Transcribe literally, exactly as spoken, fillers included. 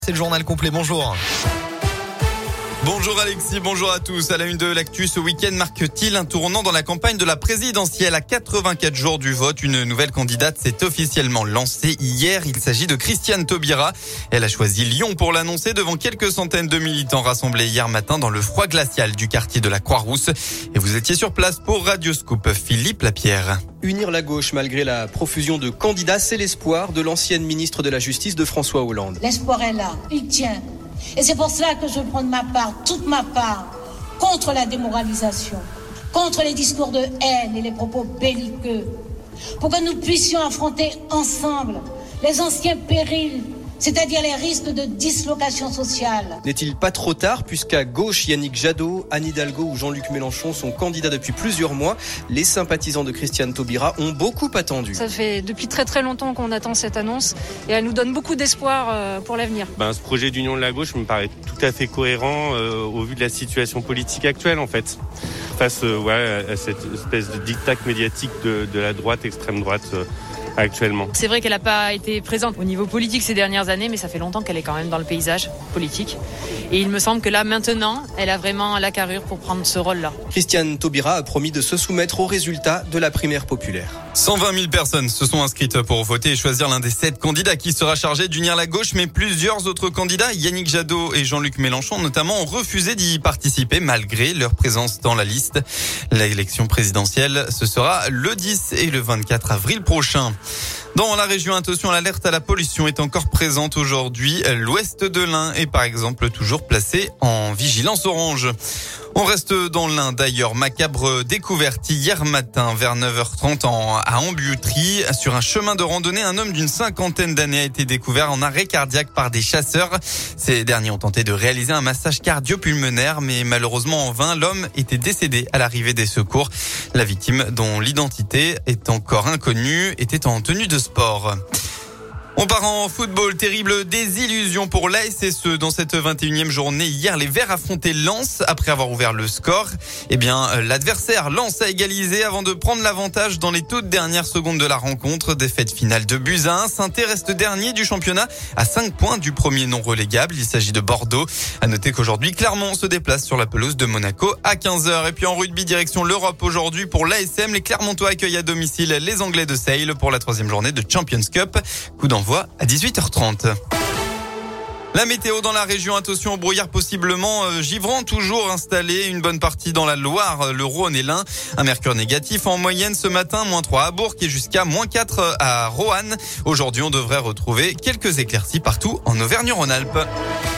C'est le journal complet, bonjour. Bonjour Alexis, bonjour à tous. À la une de l'actu, ce week-end marque-t-il un tournant dans la campagne de la présidentielle? À quatre-vingt-quatre jours du vote, une nouvelle candidate s'est officiellement lancée hier. Il s'agit de Christiane Taubira. Elle a choisi Lyon pour l'annoncer devant quelques centaines de militants rassemblés hier matin dans le froid glacial du quartier de la Croix-Rousse. Et vous étiez sur place pour Radio Scoop. Philippe Lapierre. Unir la gauche malgré la profusion de candidats, c'est l'espoir de l'ancienne ministre de la Justice de François Hollande. L'espoir est là, il tient. Et c'est pour cela que je prends de ma part, toute ma part, contre la démoralisation, contre les discours de haine et les propos belliqueux, pour que nous puissions affronter ensemble les anciens périls, c'est-à-dire les risques de dislocation sociale. N'est-il pas trop tard, puisqu'à gauche, Yannick Jadot, Anne Hidalgo ou Jean-Luc Mélenchon sont candidats depuis plusieurs mois. Les sympathisants de Christiane Taubira ont beaucoup attendu. Ça fait depuis très très longtemps qu'on attend cette annonce et elle nous donne beaucoup d'espoir pour l'avenir. Ben, ce projet d'union de la gauche me paraît tout à fait cohérent euh, au vu de la situation politique actuelle en fait. Face euh, ouais, à cette espèce de diktat médiatique de, de la droite, extrême droite. Euh, actuellement. C'est vrai qu'elle n'a pas été présente au niveau politique ces dernières années, mais ça fait longtemps qu'elle est quand même dans le paysage politique. Et il me semble que là, maintenant, elle a vraiment la carrure pour prendre ce rôle-là. Christiane Taubira a promis de se soumettre aux résultats de la primaire populaire. cent vingt mille personnes se sont inscrites pour voter et choisir l'un des sept candidats qui sera chargé d'unir la gauche, mais plusieurs autres candidats, Yannick Jadot et Jean-Luc Mélenchon notamment, ont refusé d'y participer malgré leur présence dans la liste. L'élection présidentielle, ce sera le dix et le vingt-quatre avril prochain. Dans la région, attention, l'alerte à la pollution est encore présente aujourd'hui. L'ouest de l'Ain est par exemple toujours placé en vigilance orange. On reste dans l'Ain d'ailleurs. Macabre découverte hier matin vers neuf heures trente en, à Ambutry. Sur un chemin de randonnée, un homme d'une cinquantaine d'années a été découvert en arrêt cardiaque par des chasseurs. Ces derniers ont tenté de réaliser un massage cardio-pulmonaire, mais malheureusement en vain, l'homme était décédé à l'arrivée des secours. La victime, dont l'identité est encore inconnue, était en tenue de sport. On part en football. Terrible désillusion pour l'A S S E dans cette vingt et unième journée. Hier, les Verts affrontaient Lens après avoir ouvert le score. Eh bien, l'adversaire Lens a égalisé avant de prendre l'avantage dans les toutes dernières secondes de la rencontre. Défaite finale de buts à un. Saint-Étienne reste dernier du championnat à cinq points du premier non relégable. Il s'agit de Bordeaux. À noter qu'aujourd'hui, Clermont se déplace sur la pelouse de Monaco à quinze heures. Et puis en rugby, direction l'Europe aujourd'hui pour l'A S M. Les Clermontois accueillent à domicile les Anglais de Sale pour la troisième journée de Champions Cup. Coup d'envoi à dix-huit heures trente. La météo dans la région, attention au brouillard possiblement euh, givrant, toujours installé une bonne partie dans la Loire, le Rhône et l'Ain. Un mercure négatif en moyenne ce matin, moins trois à Bourg et jusqu'à moins quatre à Roanne. Aujourd'hui, on devrait retrouver quelques éclaircies partout en Auvergne-Rhône-Alpes.